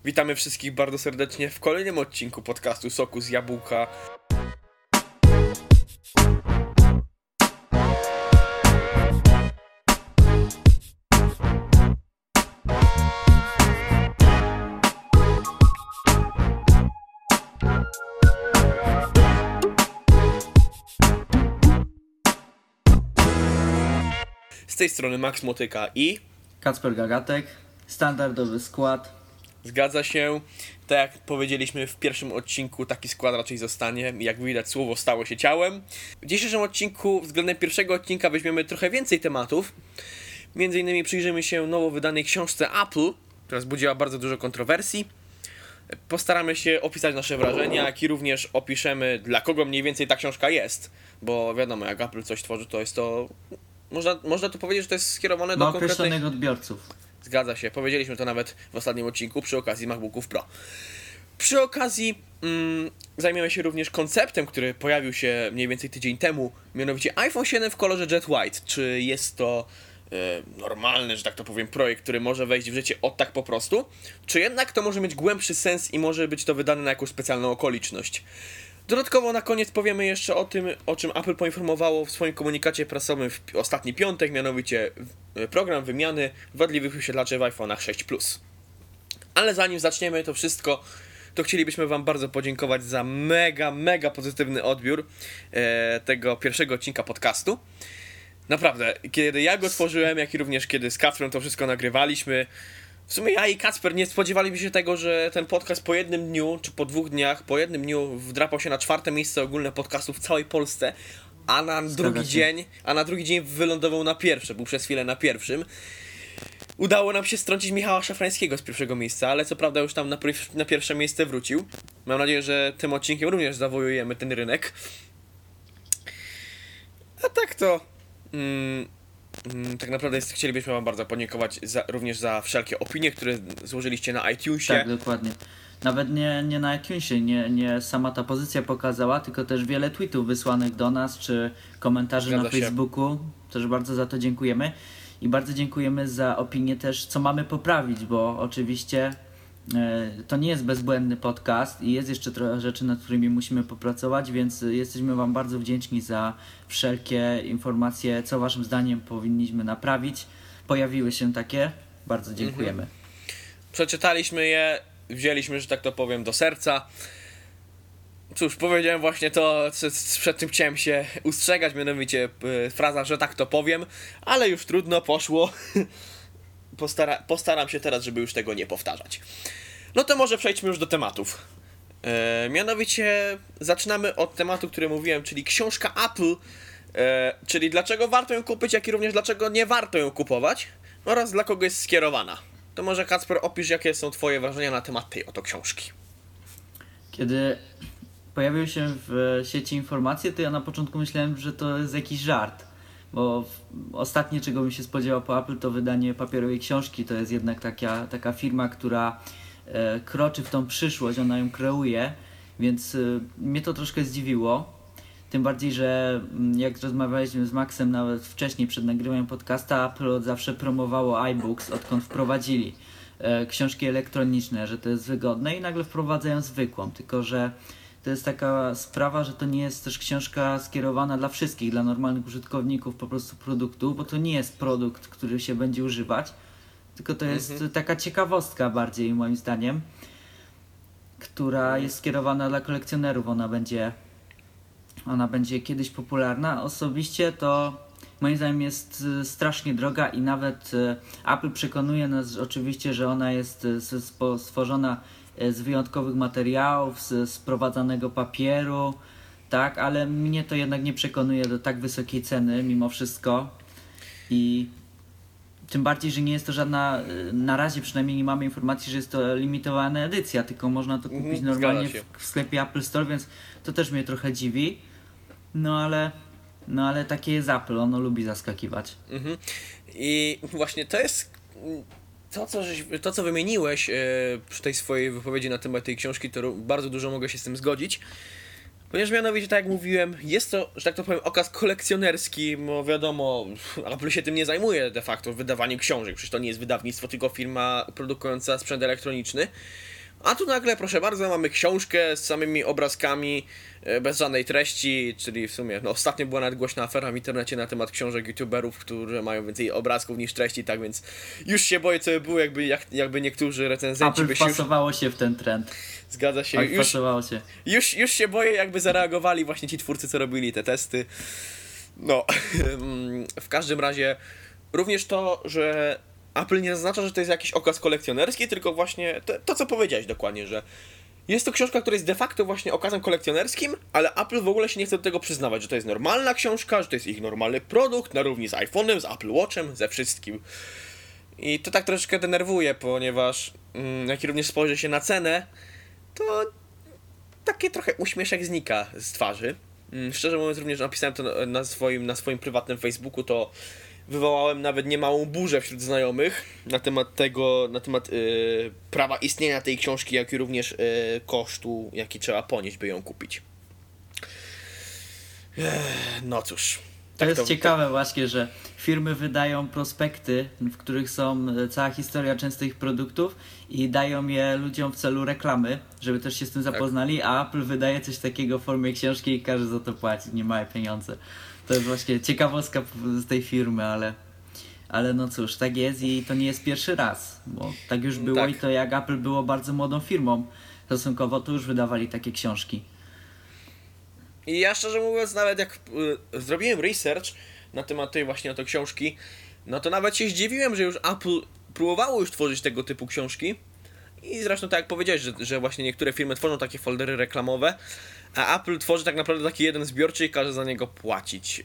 Witamy wszystkich bardzo serdecznie w kolejnym odcinku podcastu Soku z Jabłka. Z tej strony Max Motyka i... Kacper Gagatek, standardowy skład. Zgadza się. Tak jak powiedzieliśmy w pierwszym odcinku, taki skład raczej zostanie. Jak widać, słowo stało się ciałem. W dzisiejszym odcinku względem pierwszego odcinka weźmiemy trochę więcej tematów. Między innymi przyjrzymy się nowo wydanej książce Apple, która wzbudziła bardzo dużo kontrowersji. Postaramy się opisać nasze wrażenia, jak i również opiszemy, dla kogo mniej więcej ta książka jest. Bo wiadomo, jak Apple coś tworzy, to jest to... Można tu powiedzieć, że to jest skierowane do konkretnych... określonych odbiorców. Zgadza się, powiedzieliśmy to nawet w ostatnim odcinku przy okazji MacBooków Pro. Przy okazji zajmiemy się również konceptem, który pojawił się mniej więcej tydzień temu, mianowicie iPhone 7 w kolorze Jet White. Czy jest to normalny, że tak to powiem, projekt, który może wejść w życie od tak po prostu? Czy jednak to może mieć głębszy sens i może być to wydane na jakąś specjalną okoliczność? Dodatkowo na koniec powiemy jeszcze o tym, o czym Apple poinformowało w swoim komunikacie prasowym w ostatni piątek, mianowicie program wymiany wadliwych wyświetlaczy w iPhone'ach 6 Plus. Ale zanim zaczniemy to wszystko, to chcielibyśmy Wam bardzo podziękować za mega pozytywny odbiór tego pierwszego odcinka podcastu. Naprawdę, kiedy ja go tworzyłem, jak i również kiedy z Kacprem to wszystko nagrywaliśmy, w sumie ja i Kacper nie spodziewaliśmy się tego, że ten podcast po jednym dniu, czy po 2 dniach, po jednym dniu wdrapał się na 4. miejsce ogólne podcastów w całej Polsce, a na drugi dzień wylądował na pierwsze, był przez chwilę na pierwszym. Udało nam się strącić Michała Szafrańskiego z pierwszego miejsca, ale co prawda już tam na pierwsze miejsce wrócił. Mam nadzieję, że tym odcinkiem również zawojujemy ten rynek. A tak to... tak naprawdę chcielibyśmy Wam bardzo podziękować również za wszelkie opinie, które złożyliście na iTunesie. Tak, dokładnie. Nawet nie na iTunesie, nie sama ta pozycja pokazała, tylko też wiele tweetów wysłanych do nas, czy komentarzy Zgadza na się. Facebooku. Też bardzo za to dziękujemy. I bardzo dziękujemy za opinię też, co mamy poprawić, bo oczywiście to nie jest bezbłędny podcast i jest jeszcze trochę rzeczy, nad którymi musimy popracować, więc jesteśmy Wam bardzo wdzięczni za wszelkie informacje, co Waszym zdaniem powinniśmy naprawić. Pojawiły się takie. Bardzo dziękujemy. Przeczytaliśmy je, wzięliśmy, że tak to powiem, do serca. Cóż, powiedziałem właśnie to, przed tym chciałem się ustrzegać, mianowicie fraza, że tak to powiem, ale już trudno, poszło. Postaram się teraz, żeby już tego nie powtarzać. No to może przejdźmy już do tematów. Mianowicie zaczynamy od tematu, który mówiłem, czyli książka Apple, czyli dlaczego warto ją kupić, jak i również dlaczego nie warto ją kupować oraz dla kogo jest skierowana. To może Kacper opisz, jakie są Twoje wrażenia na temat tej oto książki. Kiedy pojawiły się w sieci informacje, to ja na początku myślałem, że to jest jakiś żart. Bo ostatnie, czego bym się spodziewał po Apple, to wydanie papierowej książki. To jest jednak taka firma, która kroczy w tą przyszłość, ona ją kreuje, więc mnie to troszkę zdziwiło. Tym bardziej, że jak rozmawialiśmy z Maxem nawet wcześniej przed nagrywaniem podcasta, Apple od zawsze promowało iBooks, odkąd wprowadzili książki elektroniczne, że to jest wygodne i nagle wprowadzają zwykłą, tylko że to jest taka sprawa, że to nie jest też książka skierowana dla wszystkich, dla normalnych użytkowników po prostu produktu, bo to nie jest produkt, który się będzie używać, tylko to jest taka ciekawostka bardziej moim zdaniem, która jest skierowana dla kolekcjonerów, ona będzie kiedyś popularna. Osobiście to moim zdaniem jest strasznie droga i nawet Apple przekonuje nas oczywiście, że ona jest stworzona z wyjątkowych materiałów, z sprowadzanego papieru, tak, ale mnie to jednak nie przekonuje do tak wysokiej ceny mimo wszystko i tym bardziej, że nie jest to żadna, na razie przynajmniej nie mamy informacji, że jest to limitowana edycja, tylko można to kupić normalnie w sklepie Apple Store, więc to też mnie trochę dziwi, no ale takie jest Apple, ono lubi zaskakiwać. I właśnie to jest to, co wymieniłeś przy tej swojej wypowiedzi na temat tej książki, to bardzo dużo mogę się z tym zgodzić. Ponieważ mianowicie, tak jak mówiłem, jest to, że tak to powiem, okaz kolekcjonerski, bo wiadomo, Apple się tym nie zajmuje de facto, wydawaniem książek, przecież to nie jest wydawnictwo, tylko firma produkująca sprzęt elektroniczny. A tu nagle, proszę bardzo, mamy książkę z samymi obrazkami, bez żadnej treści, czyli w sumie, no ostatnio była nawet głośna afera w internecie na temat książek youtuberów, którzy mają więcej obrazków niż treści, tak więc już się boję, co by było, jakby niektórzy recenzenci Apple by się już... wpasowało się w ten trend. Zgadza się, Tak, wpasowało się. już się boję, jakby zareagowali właśnie ci twórcy, co robili te testy. No, w każdym razie również to, że Apple nie zaznacza, że to jest jakiś okaz kolekcjonerski, tylko właśnie to co powiedziałeś dokładnie, że jest to książka, która jest de facto właśnie okazem kolekcjonerskim, ale Apple w ogóle się nie chce do tego przyznawać, że to jest normalna książka, że to jest ich normalny produkt, na równi z iPhone'em, z Apple Watchem, ze wszystkim. I to tak troszeczkę denerwuje, ponieważ jak również spojrzy się na cenę, to taki trochę uśmieszek znika z twarzy. Szczerze mówiąc, również napisałem to na swoim prywatnym Facebooku, to wywołałem nawet niemałą burzę wśród znajomych na temat prawa istnienia tej książki, jak i również kosztu, jaki trzeba ponieść, by ją kupić. No cóż. To jest ciekawe właśnie, że firmy wydają prospekty, w których są cała historia często ich produktów i dają je ludziom w celu reklamy, żeby też się z tym zapoznali, a Apple wydaje coś takiego w formie książki i każe za to płacić niemałe pieniądze. To jest właśnie ciekawostka z tej firmy, ale no cóż, tak jest i to nie jest pierwszy raz, bo tak już było tak. I to jak Apple było bardzo młodą firmą stosunkowo, to już wydawali takie książki. I ja szczerze mówiąc, nawet jak zrobiłem research na temat tej właśnie oto książki, no to nawet się zdziwiłem, że już Apple próbowało już tworzyć tego typu książki. I zresztą tak jak powiedziałeś, że właśnie niektóre firmy tworzą takie foldery reklamowe, a Apple tworzy tak naprawdę taki jeden zbiorczy i każe za niego płacić.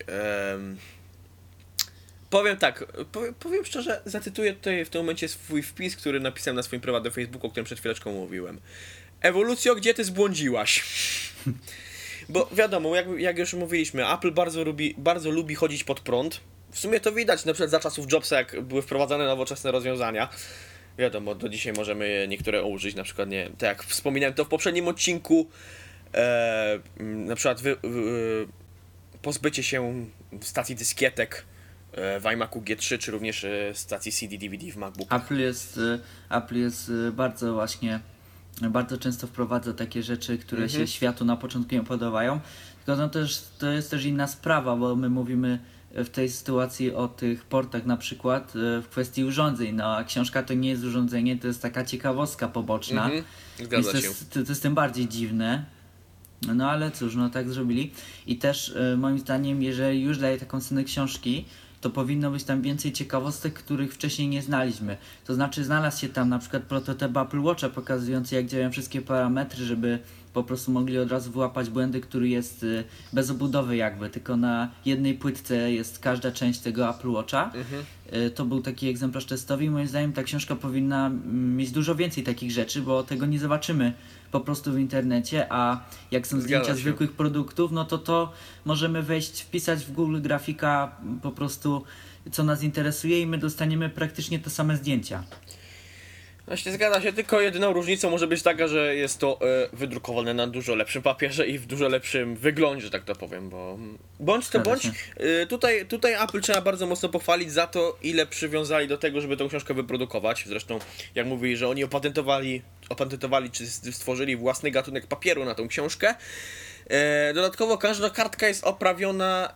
Powiem tak, powiem szczerze, zacytuję tutaj w tym momencie swój wpis, który napisałem na swoim prywatnym Facebooku, o którym przed chwileczką mówiłem. Ewolucjo, gdzie ty zbłądziłaś? Bo wiadomo, jak już mówiliśmy, Apple bardzo lubi chodzić pod prąd. W sumie to widać na przykład za czasów Jobsa, jak były wprowadzane nowoczesne rozwiązania. Wiadomo, do dzisiaj możemy niektóre użyć, na przykład nie, tak jak wspominałem to w poprzednim odcinku, na przykład pozbycie się stacji dyskietek w iMacu G3, czy również stacji CD-DVD w MacBooku. Apple jest bardzo właśnie, bardzo często wprowadza takie rzeczy, które się światu na początku nie podobają. Tylko no to jest też inna sprawa, bo my mówimy w tej sytuacji o tych portach na przykład w kwestii urządzeń. No a książka to nie jest urządzenie, to jest taka ciekawostka poboczna. Zgadza się. To jest tym bardziej dziwne. No ale cóż, no tak zrobili. I też moim zdaniem, jeżeli już daje taką cenę książki, to powinno być tam więcej ciekawostek, których wcześniej nie znaliśmy. To znaczy znalazł się tam na przykład prototyp Apple Watcha pokazujący, jak działają wszystkie parametry, żeby po prostu mogli od razu wyłapać błędy, który jest bez obudowy jakby, tylko na jednej płytce jest każda część tego Apple Watcha. To był taki egzemplarz testowy i moim zdaniem ta książka powinna mieć dużo więcej takich rzeczy, bo tego nie zobaczymy po prostu w internecie, a jak są zdjęcia zwykłych produktów, no to możemy wejść, wpisać w Google grafika po prostu co nas interesuje i my dostaniemy praktycznie te same zdjęcia. Właśnie zgadza się, tylko jedyną różnicą może być taka, że jest to wydrukowane na dużo lepszym papierze i w dużo lepszym wyglądzie, że tak to powiem, bo bądź tutaj Apple trzeba bardzo mocno pochwalić za to, ile przywiązali do tego, żeby tą książkę wyprodukować. Zresztą, jak mówili, że oni opatentowali czy stworzyli własny gatunek papieru na tą książkę. Dodatkowo każda kartka jest oprawiona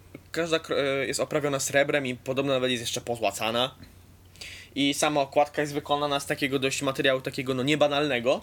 srebrem i podobno nawet jest jeszcze pozłacana. I sama okładka jest wykonana z takiego dość materiału, takiego no niebanalnego.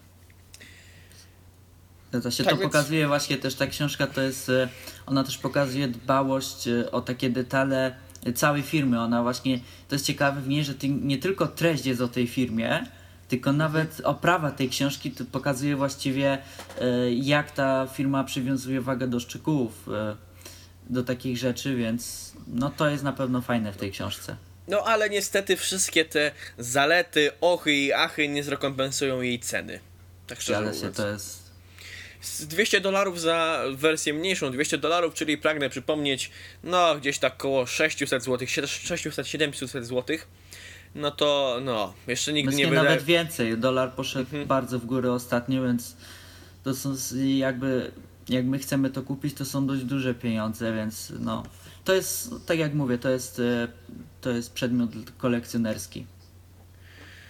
To się tak to więc... pokazuje właśnie też ta książka, to jest, ona też pokazuje dbałość o takie detale całej firmy. Ona właśnie, to jest ciekawe w niej, że nie tylko treść jest o tej firmie, tylko nawet oprawa tej książki to pokazuje właściwie jak ta firma przywiązuje wagę do szczegółów, do takich rzeczy, więc no to jest na pewno fajne w tej książce. No ale niestety wszystkie te zalety, ochy i achy nie zrekompensują jej ceny. Tak szczerze mówiąc. To jest... $200 za wersję mniejszą, $200, czyli pragnę przypomnieć, no gdzieś tak koło 600 zł, 600-700 zł. No to, no, jeszcze nigdy nie wydaje... nawet więcej, dolar poszedł bardzo w górę ostatnio, więc to są jakby, jak my chcemy to kupić, to są dość duże pieniądze, więc no, to jest, tak jak mówię, to jest przedmiot kolekcjonerski.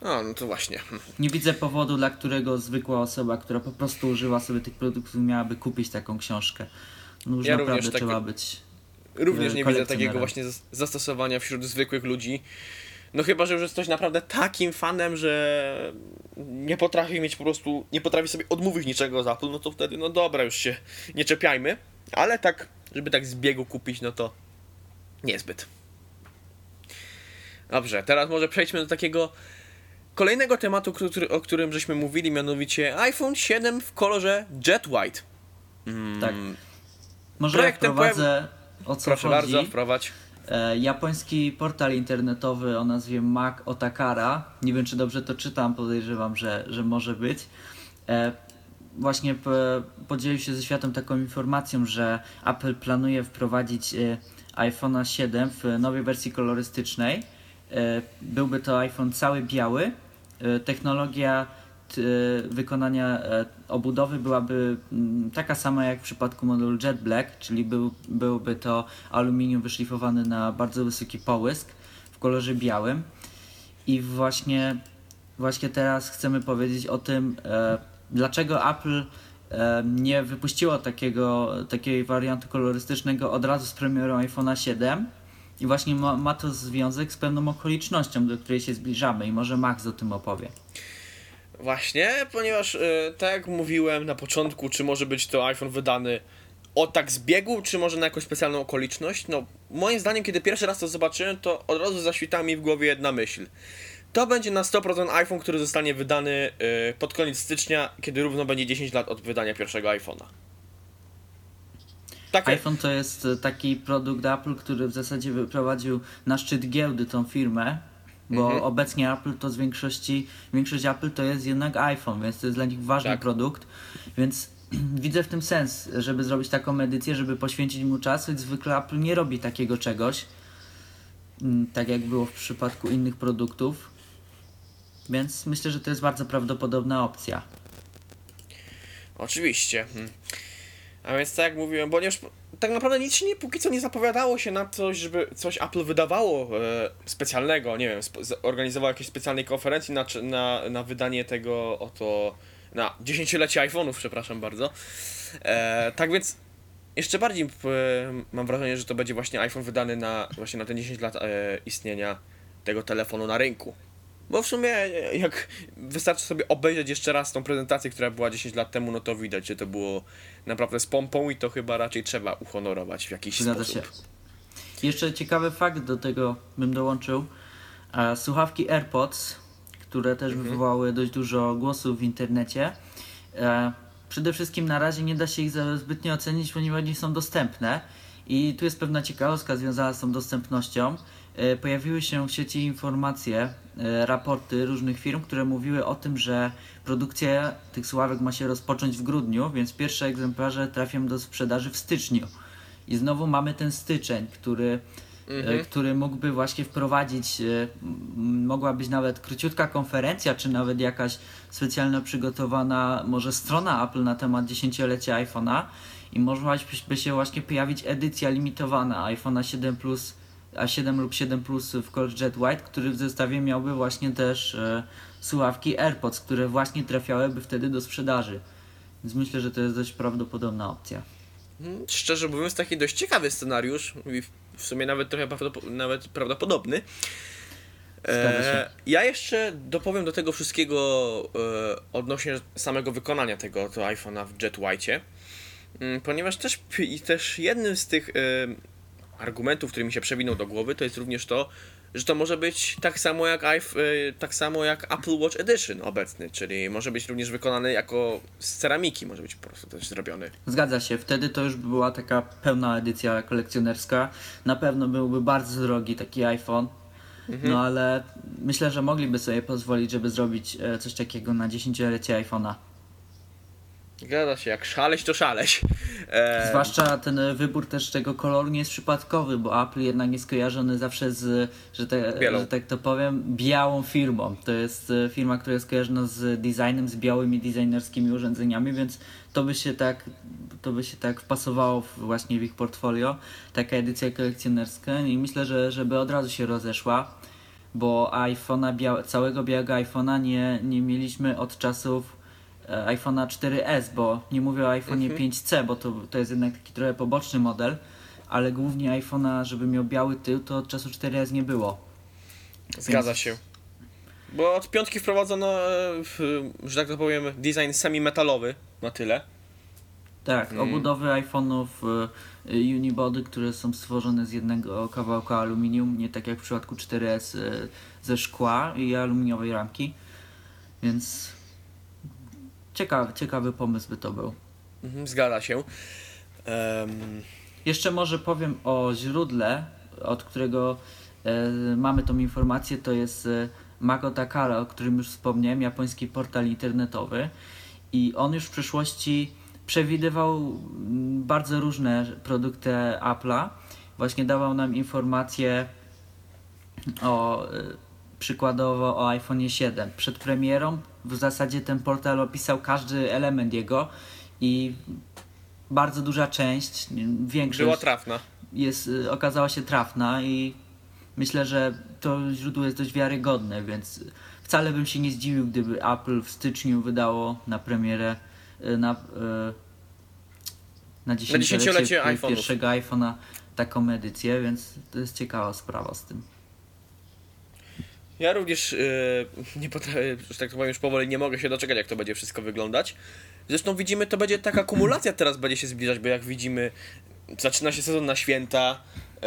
A, no to właśnie. Nie widzę powodu, dla którego zwykła osoba, która po prostu używa sobie tych produktów, miałaby kupić taką książkę. No już Ja również naprawdę taki- trzeba być Również nie widzę takiego kolekcjonerem. właśnie zastosowania wśród zwykłych ludzi. No chyba, że już jest ktoś naprawdę takim fanem, że nie potrafi mieć po prostu, nie potrafi sobie odmówić niczego z Apple, no to wtedy, no dobra, już się nie czepiajmy. Ale tak, żeby tak z biegu kupić, no to niezbyt. Dobrze, teraz może przejdźmy do takiego kolejnego tematu, o którym żeśmy mówili, mianowicie iPhone 7 w kolorze Jet White. Tak. Może ja Projekt ten wprowadzę o co Proszę chodzi. bardzo, wprowadź. Japoński portal internetowy o nazwie Mac Otakara, nie wiem czy dobrze to czytam, podejrzewam, że może być, właśnie podzielił się ze światem taką informacją, że Apple planuje wprowadzić iPhone'a 7 w nowej wersji kolorystycznej. Byłby to iPhone cały biały. Technologia wykonania obudowy byłaby taka sama jak w przypadku modelu Jet Black, czyli byłby to aluminium wyszlifowany na bardzo wysoki połysk w kolorze białym. I właśnie teraz chcemy powiedzieć o tym, dlaczego Apple nie wypuściło takiej wariantu kolorystycznego od razu z premierą iPhone'a 7. I właśnie ma to związek z pewną okolicznością, do której się zbliżamy i może Max o tym opowie. Właśnie, ponieważ tak jak mówiłem na początku, czy może być to iPhone wydany o tak z biegu, czy może na jakąś specjalną okoliczność, no moim zdaniem, kiedy pierwszy raz to zobaczyłem, to od razu zaświtała mi w głowie jedna myśl. To będzie na 100% iPhone, który zostanie wydany pod koniec stycznia, kiedy równo będzie 10 lat od wydania pierwszego iPhone'a. Tak, iPhone to jest taki produkt Apple, który w zasadzie wyprowadził na szczyt giełdy tą firmę, bo obecnie Apple to większość Apple to jest jednak iPhone, więc to jest dla nich ważny Tak. produkt, więc widzę w tym sens, żeby zrobić taką edycję, żeby poświęcić mu czas, choć zwykle Apple nie robi takiego czegoś, tak jak było w przypadku innych produktów, więc myślę, że to jest bardzo prawdopodobna opcja. Oczywiście. A więc tak jak mówiłem, ponieważ tak naprawdę nic się póki co nie zapowiadało się na coś, żeby coś Apple wydawało specjalnego, nie wiem, organizowało jakieś specjalnej konferencji na wydanie tego oto, na 10-lecie iPhone'ów, przepraszam bardzo. Tak więc jeszcze bardziej mam wrażenie, że to będzie właśnie iPhone wydany właśnie na te 10 lat istnienia tego telefonu na rynku. Bo w sumie jak wystarczy sobie obejrzeć jeszcze raz tą prezentację, która była 10 lat temu, no to widać, że to było naprawdę z pompą i to chyba raczej trzeba uhonorować w jakiś Zgadza sposób. się. Jeszcze ciekawy fakt do tego bym dołączył. Słuchawki AirPods, które też wywołały dość dużo głosów w internecie. Przede wszystkim na razie nie da się ich zbytnio ocenić, ponieważ nie są dostępne. I tu jest pewna ciekawostka związana z tą dostępnością. Pojawiły się w sieci informacje, raporty różnych firm, które mówiły o tym, że produkcja tych słuchawek ma się rozpocząć w grudniu, więc pierwsze egzemplarze trafią do sprzedaży w styczniu. I znowu mamy ten styczeń, który mógłby właśnie wprowadzić, mogła być nawet króciutka konferencja, czy nawet jakaś specjalna przygotowana może strona Apple na temat 10-lecia iPhone'a i mogłaby się właśnie pojawić edycja limitowana iPhone'a 7 Plus, A7 lub 7 Plus w kolorze Jet White, który w zestawie miałby właśnie też słuchawki AirPods, które właśnie trafiałyby wtedy do sprzedaży. Więc myślę, że to jest dość prawdopodobna opcja. Szczerze mówiąc, taki dość ciekawy scenariusz i w sumie nawet trochę nawet prawdopodobny. Zgadza się. Ja jeszcze dopowiem do tego wszystkiego odnośnie samego wykonania tego iPhone'a w Jet White'cie, ponieważ też jednym z tych argumentów, który mi się przewinął do głowy, to jest również to, że to może być tak samo jak Apple Watch Edition obecny, czyli może być również wykonany jako z ceramiki, może być po prostu też zrobiony. Zgadza się, wtedy to już była taka pełna edycja kolekcjonerska. Na pewno byłby bardzo drogi taki iPhone, no ale myślę, że mogliby sobie pozwolić, żeby zrobić coś takiego na 10-lecie iPhone'a. Zgadza się, jak szaleć to szaleć. Zwłaszcza ten wybór też tego koloru nie jest przypadkowy, bo Apple jednak jest kojarzony zawsze z, Bielą. że tak to powiem, białą firmą. To jest firma, która jest kojarzona z designem, z białymi designerskimi urządzeniami, więc to by się tak wpasowało właśnie w ich portfolio, taka edycja kolekcjonerska i myślę, że żeby od razu się rozeszła, bo całego białego iPhone'a nie mieliśmy od czasów iPhone'a 4S, bo nie mówię o iPhone'ie 5C, bo to jest jednak taki trochę poboczny model, ale głównie iPhone'a, żeby miał biały tył, to od czasu 4S nie było. Zgadza się. Bo od piątki wprowadzono, że tak to powiem, design semi-metalowy na tyle. Tak, obudowy iPhone'ów unibody, które są stworzone z jednego kawałka aluminium, nie tak jak w przypadku 4S ze szkła i aluminiowej ramki, więc ciekawy pomysł by to był. Zgadza się. Jeszcze może powiem o źródle, od którego mamy tą informację, to jest Mako Takara, o którym już wspomniałem, japoński portal internetowy, i on już w przeszłości przewidywał bardzo różne produkty Apple'a. Właśnie dawał nam informacje przykładowo o iPhone'ie 7. Przed premierą w zasadzie ten portal opisał każdy element jego i bardzo duża część, większość Była trafna. okazała się trafna i myślę, że to źródło jest dość wiarygodne, więc wcale bym się nie zdziwił, gdyby Apple w styczniu wydało na premierę na dziesięciolecie pierwszego iPhone'a taką edycję, więc to jest ciekawa sprawa z tym. Ja również nie potrafię, że tak powiem, już powoli nie mogę się doczekać, jak to będzie wszystko wyglądać. Zresztą widzimy, to będzie taka kumulacja teraz będzie się zbliżać, bo jak widzimy, zaczyna się sezon na święta.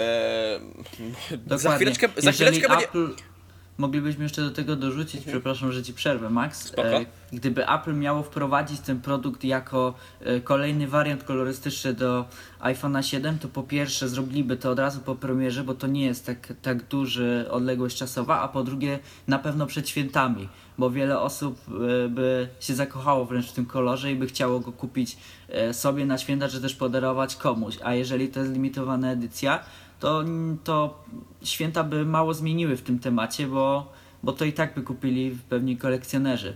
Za chwileczkę będzie... Moglibyśmy jeszcze do tego dorzucić, przepraszam, że ci przerwę, Max. Gdyby Apple miało wprowadzić ten produkt jako kolejny wariant kolorystyczny do iPhone'a 7, to po pierwsze zrobiliby to od razu po premierze, bo to nie jest tak duży odległość czasowa, a po drugie na pewno przed świętami, bo wiele osób by się zakochało wręcz w tym kolorze i by chciało go kupić sobie na święta, czy też podarować komuś, a jeżeli to jest limitowana edycja, to święta by mało zmieniły w tym temacie, bo to i tak by kupili pewnie kolekcjonerzy.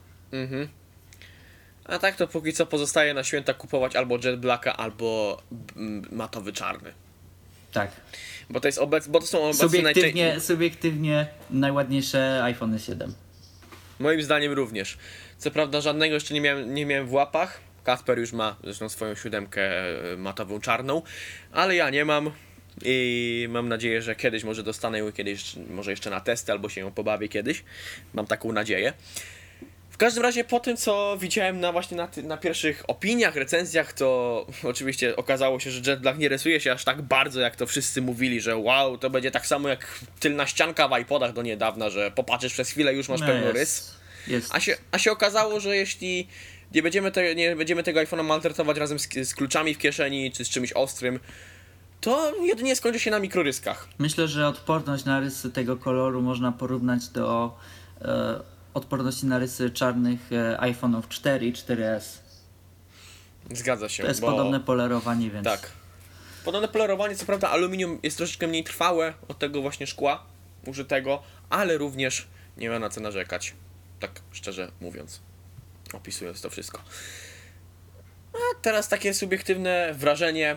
A tak to póki co pozostaje na święta kupować albo Jet Blacka, albo matowy czarny. Tak. Bo to są obecnie subiektywnie najładniejsze iPhone 7. Moim zdaniem również. Co prawda żadnego jeszcze nie miałem w łapach. Kasper już ma zresztą swoją 7 matową czarną, ale ja nie mam. I mam nadzieję, że kiedyś może dostanę ją, kiedyś może jeszcze na testy, albo się ją pobawię kiedyś. Mam taką nadzieję. W każdym razie po tym, co widziałem na pierwszych opiniach, recenzjach, to oczywiście okazało się, że Jet Black nie rysuje się aż tak bardzo, jak to wszyscy mówili, że wow, to będzie tak samo jak tylna ścianka w iPodach do niedawna, że popatrzysz przez chwilę, już masz pełny rys. A się okazało, że jeśli nie będziemy tego iPhone'a maltretować razem z kluczami w kieszeni, czy z czymś ostrym, to jedynie skończy się na mikroryskach. Myślę, że odporność na rysy tego koloru można porównać do odporności na rysy czarnych iPhone'ów 4 i 4S. Zgadza się. To jest podobne polerowanie, więc... Tak. Podobne polerowanie, co prawda aluminium jest troszeczkę mniej trwałe od tego właśnie szkła użytego, ale również nie ma na co narzekać. Tak szczerze mówiąc. Opisując to wszystko. A teraz takie subiektywne wrażenie.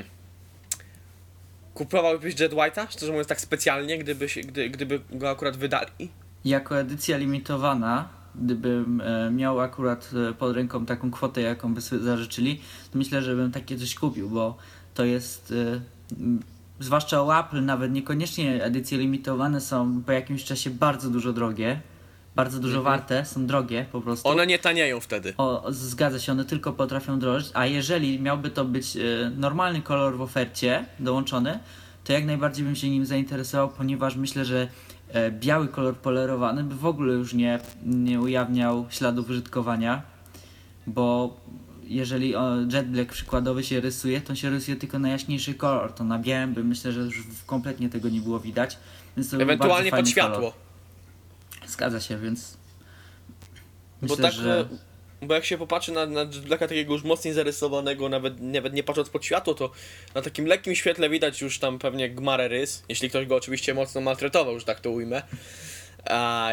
Kupowałbyś Jet White'a? Szczerze mówiąc tak specjalnie, gdyby go akurat wydali? Jako edycja limitowana, gdybym miał akurat pod ręką taką kwotę, jaką by sobie zażyczyli, to myślę, że bym takie coś kupił, bo to jest, zwłaszcza u Apple, nawet niekoniecznie edycje limitowane są po jakimś czasie bardzo dużo drogie, bardzo dużo warte, są drogie po prostu. One nie tanieją wtedy. Zgadza się, one tylko potrafią drożyć, a jeżeli miałby to być normalny kolor w ofercie dołączony, to jak najbardziej bym się nim zainteresował, ponieważ myślę, że biały kolor polerowany by w ogóle już nie ujawniał śladów użytkowania, bo jeżeli Jet Black przykładowy się rysuje, to się rysuje tylko na jaśniejszy kolor, to na białym by myślę, że już kompletnie tego nie było widać. Więc to ewentualnie pod światło. Kolor. Zgadza się, więc myślę, bo tak, że... Bo jak się popatrzy na Jet Blacka takiego już mocniej zarysowanego, nawet nie patrząc pod światło, to na takim lekkim świetle widać już tam pewnie gmarę rys, jeśli ktoś go oczywiście mocno maltretował, że tak to ujmę. A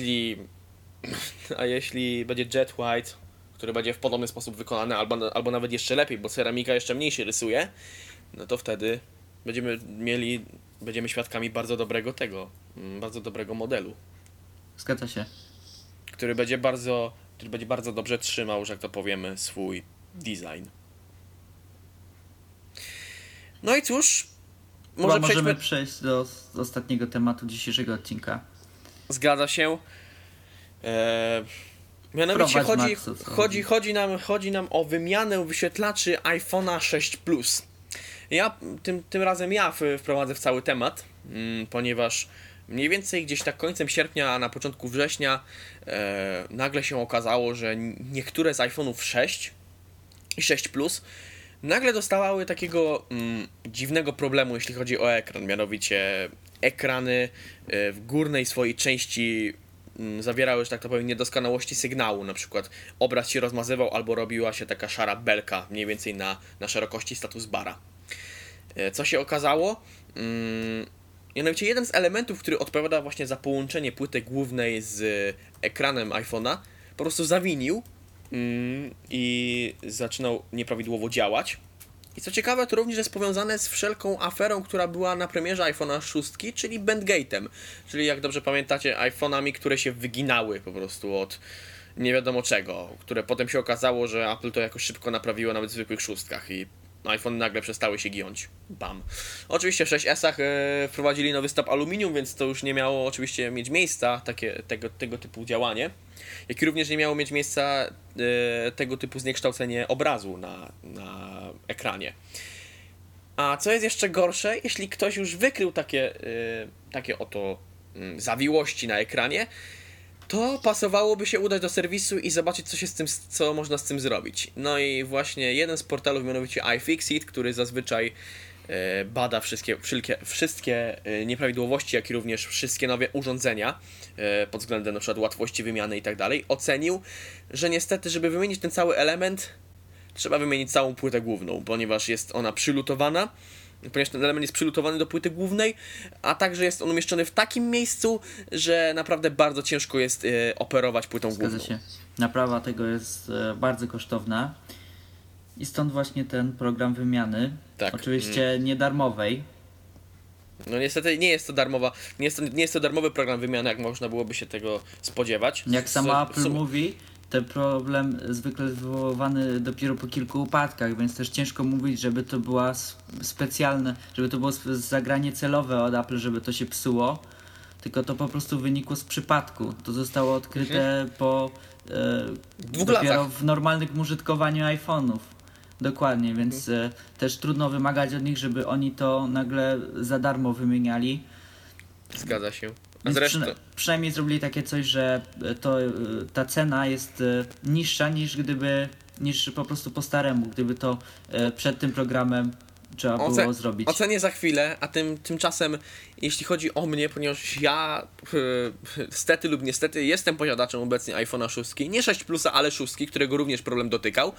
jeśli będzie Jet White, który będzie w podobny sposób wykonany, albo nawet jeszcze lepiej, bo ceramika jeszcze mniej się rysuje, no to wtedy będziemy świadkami bardzo dobrego bardzo dobrego modelu, Zgadza się. który będzie bardzo dobrze trzymał, że jak to powiemy, swój design. No i cóż, Chyba możemy przejść do ostatniego tematu dzisiejszego odcinka. Zgadza się. Mianowicie chodzi nam o wymianę wyświetlaczy iPhone'a 6 Plus. Tym razem wprowadzę w cały temat, ponieważ mniej więcej gdzieś tak końcem sierpnia, a na początku września nagle się okazało, że niektóre z iPhone'ów 6 i 6 Plus nagle dostawały takiego dziwnego problemu, jeśli chodzi o ekran. Mianowicie ekrany w górnej swojej części zawierały, że tak to powiem, niedoskonałości sygnału. Na przykład obraz się rozmazywał albo robiła się taka szara belka mniej więcej na szerokości status bara. Co się okazało? Mianowicie jeden z elementów, który odpowiada właśnie za połączenie płyty głównej z ekranem iPhone'a, po prostu zawinił i zaczynał nieprawidłowo działać. I co ciekawe, to również jest powiązane z wszelką aferą, która była na premierze iPhone'a 6, czyli Bandgate'em. Czyli jak dobrze pamiętacie, iPhone'ami, które się wyginały po prostu od nie wiadomo czego, które potem się okazało, że Apple to jakoś szybko naprawiło nawet w zwykłych szóstkach i iPhone nagle przestały się giąć. Bam. Oczywiście w 6S-ach wprowadzili nowy stop aluminium, więc to już nie miało oczywiście mieć miejsca tego typu działanie. Jak i również nie miało mieć miejsca tego typu zniekształcenie obrazu na ekranie. A co jest jeszcze gorsze, jeśli ktoś już wykrył takie oto zawiłości na ekranie, to pasowałoby się udać do serwisu i zobaczyć, co można z tym zrobić. No i właśnie jeden z portalów, mianowicie iFixit, który zazwyczaj bada wszystkie nieprawidłowości, jak i również wszystkie nowe urządzenia pod względem na przykład łatwości wymiany i tak dalej, ocenił, że niestety, żeby wymienić ten cały element, trzeba wymienić całą płytę główną, ponieważ jest ona przylutowana, ponieważ ten element jest przylutowany do płyty głównej, a także jest on umieszczony w takim miejscu, że naprawdę bardzo ciężko jest operować płytą główną. Zgadza się. Naprawa tego jest bardzo kosztowna i stąd właśnie ten program wymiany. Tak. Oczywiście nie darmowej. No niestety nie jest to darmowy program wymiany, jak można byłoby się tego spodziewać. Jak sama Apple mówi, ten problem zwykle jest wywoływany dopiero po kilku upadkach, więc też ciężko mówić, żeby to była specjalne, żeby to było zagranie celowe od Apple, żeby to się psuło, tylko to po prostu wynikło z przypadku. To zostało odkryte po dopiero latach. w normalnym użytkowaniu iPhone'ów. Dokładnie, więc też trudno wymagać od nich, żeby oni to nagle za darmo wymieniali. Zgadza się. A Więc zresztą przynajmniej zrobili takie coś, że ta cena jest niższa niż po prostu po staremu, gdyby to przed tym programem trzeba było zrobić. Ocenię za chwilę, a tymczasem jeśli chodzi o mnie, ponieważ ja stety lub niestety jestem posiadaczem obecnie iPhone'a 6, nie 6 Plusa, ale 6, którego również problem dotykał.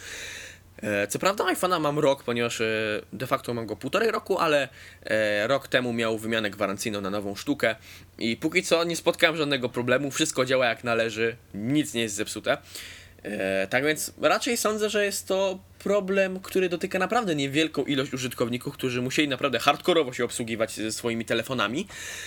Co prawda iPhone'a mam rok, ponieważ de facto mam go 1,5 roku, ale rok temu miał wymianę gwarancyjną na nową sztukę i póki co nie spotkałem żadnego problemu, wszystko działa jak należy, nic nie jest zepsute. Tak więc raczej sądzę, że jest to problem, który dotyka naprawdę niewielką ilość użytkowników, którzy musieli naprawdę hardkorowo się obsługiwać ze swoimi telefonami.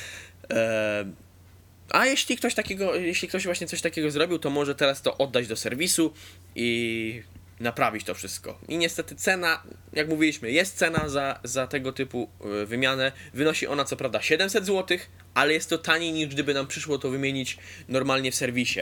A jeśli ktoś właśnie coś takiego zrobił, to może teraz to oddać do serwisu i naprawić to wszystko. I niestety cena, jak mówiliśmy, jest cena za tego typu wymianę. Wynosi ona co prawda 700 zł, ale jest to taniej niż gdyby nam przyszło to wymienić normalnie w serwisie.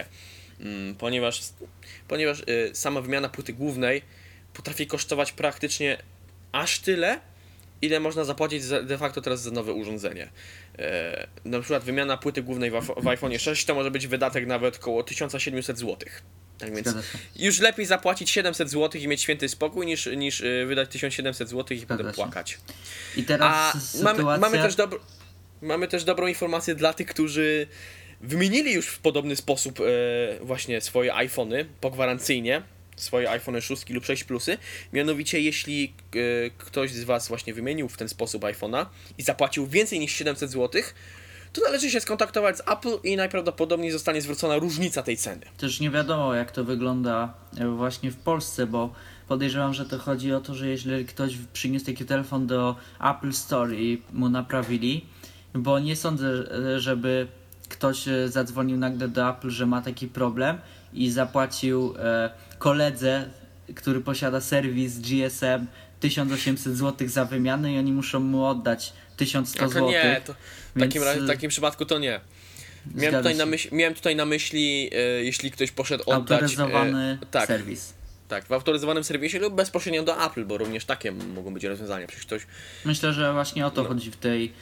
Ponieważ sama wymiana płyty głównej potrafi kosztować praktycznie aż tyle, ile można zapłacić de facto teraz za nowe urządzenie. Na przykład wymiana płyty głównej w iPhone'ie 6 to może być wydatek nawet około 1700 zł. Tak więc już lepiej zapłacić 700 zł i mieć święty spokój, niż wydać 1700 zł i potem płakać. I teraz sytuacja... mamy też dobrą informację dla tych, którzy wymienili już w podobny sposób właśnie swoje iPhony pogwarancyjnie, swoje iPhony 6 lub 6 Plusy. Mianowicie jeśli ktoś z Was właśnie wymienił w ten sposób iPhone'a i zapłacił więcej niż 700 zł, to należy się skontaktować z Apple i najprawdopodobniej zostanie zwrócona różnica tej ceny. Też nie wiadomo, jak to wygląda właśnie w Polsce, bo podejrzewam, że to chodzi o to, że jeżeli ktoś przyniósł taki telefon do Apple Store i mu naprawili Bo nie sądzę, żeby ktoś zadzwonił nagle do Apple, że ma taki problem i zapłacił koledze, który posiada serwis GSM 1800 zł za wymianę i oni muszą mu oddać 1100 No to zł. nie, to Więc, w takim przypadku to nie. zgadza się. Miałem tutaj na myśli, jeśli ktoś poszedł oddać... Autoryzowany tak, serwis. tak, w autoryzowanym serwisie lub bezpośrednio do Apple, bo również takie mogą być rozwiązania. Przecież ktoś... Myślę, że właśnie o to No. chodzi w tej,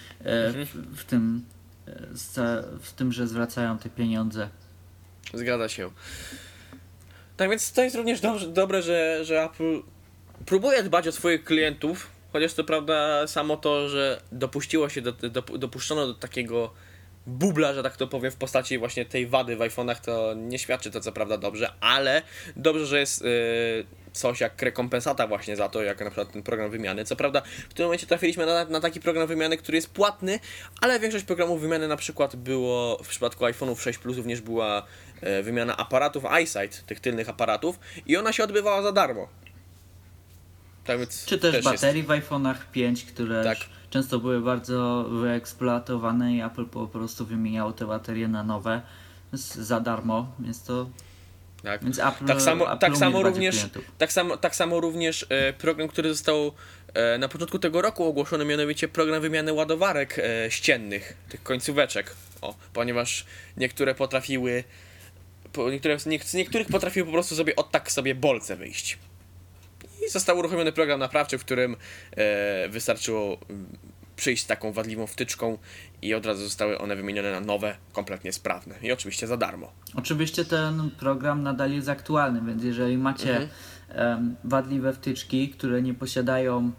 w tym, że zwracają te pieniądze. Zgadza się. Tak więc to jest również dobre, że Apple próbuje dbać o swoich klientów, chociaż to prawda samo to, że dopuszczono do takiego bubla, że tak to powiem, w postaci właśnie tej wady w iPhone'ach, to nie świadczy to co prawda dobrze, ale dobrze, że jest coś jak rekompensata właśnie za to, jak na przykład ten program wymiany. Co prawda w tym momencie trafiliśmy na taki program wymiany, który jest płatny, ale większość programów wymiany na przykład było, w przypadku iPhone'ów 6 Plus również była wymiana aparatów EyeSight, tych tylnych aparatów i ona się odbywała za darmo. Tak więc Czy też jest. baterii w iPhone'ach 5, które Tak. często były bardzo wyeksploatowane i Apple po prostu wymieniało te baterie na nowe za darmo, więc to... Tak. Więc Apple, Tak samo, Apple tak umie samo dbać o również, klientów. tak samo również program, który został na początku tego roku ogłoszony, mianowicie program wymiany ładowarek ściennych, tych końcóweczek. Ponieważ niektóre potrafiły, z niektórych potrafiły po prostu sobie bolce wyjść. I został uruchomiony program naprawczy, w którym wystarczyło przyjść z taką wadliwą wtyczką i od razu zostały one wymienione na nowe, kompletnie sprawne. I oczywiście za darmo. Oczywiście ten program nadal jest aktualny, więc jeżeli macie wadliwe wtyczki, które nie posiadają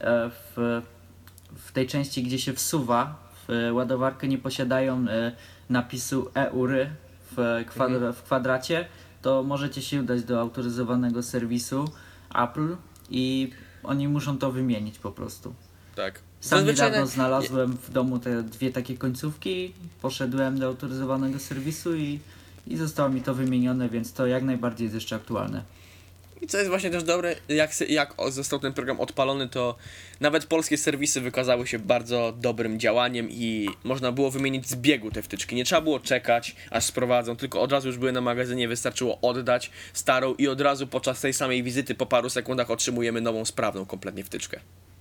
w tej części, gdzie się wsuwa w ładowarkę, nie posiadają napisu EURY w kwadracie, to możecie się udać do autoryzowanego serwisu Apple i oni muszą to wymienić po prostu. Tak. Sam Zazwyczaj niedawno znalazłem w domu te dwie takie końcówki, poszedłem do autoryzowanego serwisu i zostało mi to wymienione, więc to jak najbardziej jest jeszcze aktualne. I co jest właśnie też dobre, jak został ten program odpalony, to nawet polskie serwisy wykazały się bardzo dobrym działaniem i można było wymienić z biegu te wtyczki. Nie trzeba było czekać, aż sprowadzą, tylko od razu już były na magazynie, wystarczyło oddać starą i od razu podczas tej samej wizyty po paru sekundach otrzymujemy nową, sprawną kompletnie wtyczkę.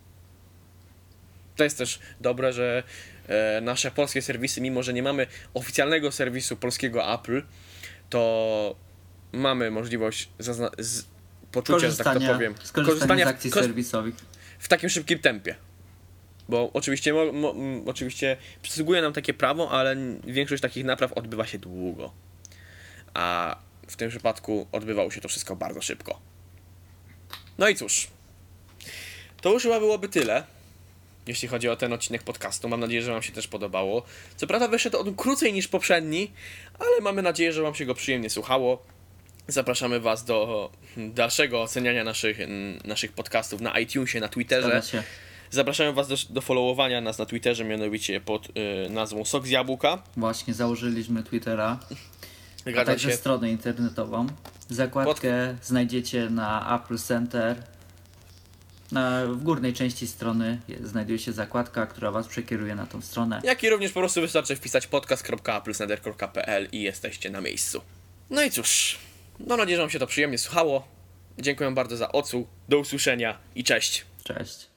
To jest też dobre, że nasze polskie serwisy, mimo że nie mamy oficjalnego serwisu polskiego Apple, to mamy możliwość poczucia, że tak to powiem, Skorzystania z akcji serwisowych. w takim szybkim tempie. Bo oczywiście, oczywiście przysługuje nam takie prawo, ale większość takich napraw odbywa się długo. A w tym przypadku odbywało się to wszystko bardzo szybko. No i cóż, to już chyba byłoby tyle, jeśli chodzi o ten odcinek podcastu. Mam nadzieję, że wam się też podobało. Co prawda wyszedł on krócej niż poprzedni, ale mamy nadzieję, że wam się go przyjemnie słuchało. Zapraszamy was do dalszego oceniania naszych podcastów na iTunesie, na Twitterze. Zgadza się. Zapraszamy was do followowania nas na Twitterze, mianowicie pod nazwą Sok z Jabłka. Właśnie założyliśmy Twittera, a Zgadza także się. stronę internetową. Zakładkę znajdziecie na Apple Center. W górnej części strony znajduje się zakładka, która was przekieruje na tą stronę. Jak i również po prostu wystarczy wpisać podcast.applesender.pl i jesteście na miejscu. No i cóż, mam nadzieję, że wam się to przyjemnie słuchało. Dziękuję bardzo za odsłuch, do usłyszenia i cześć. Cześć.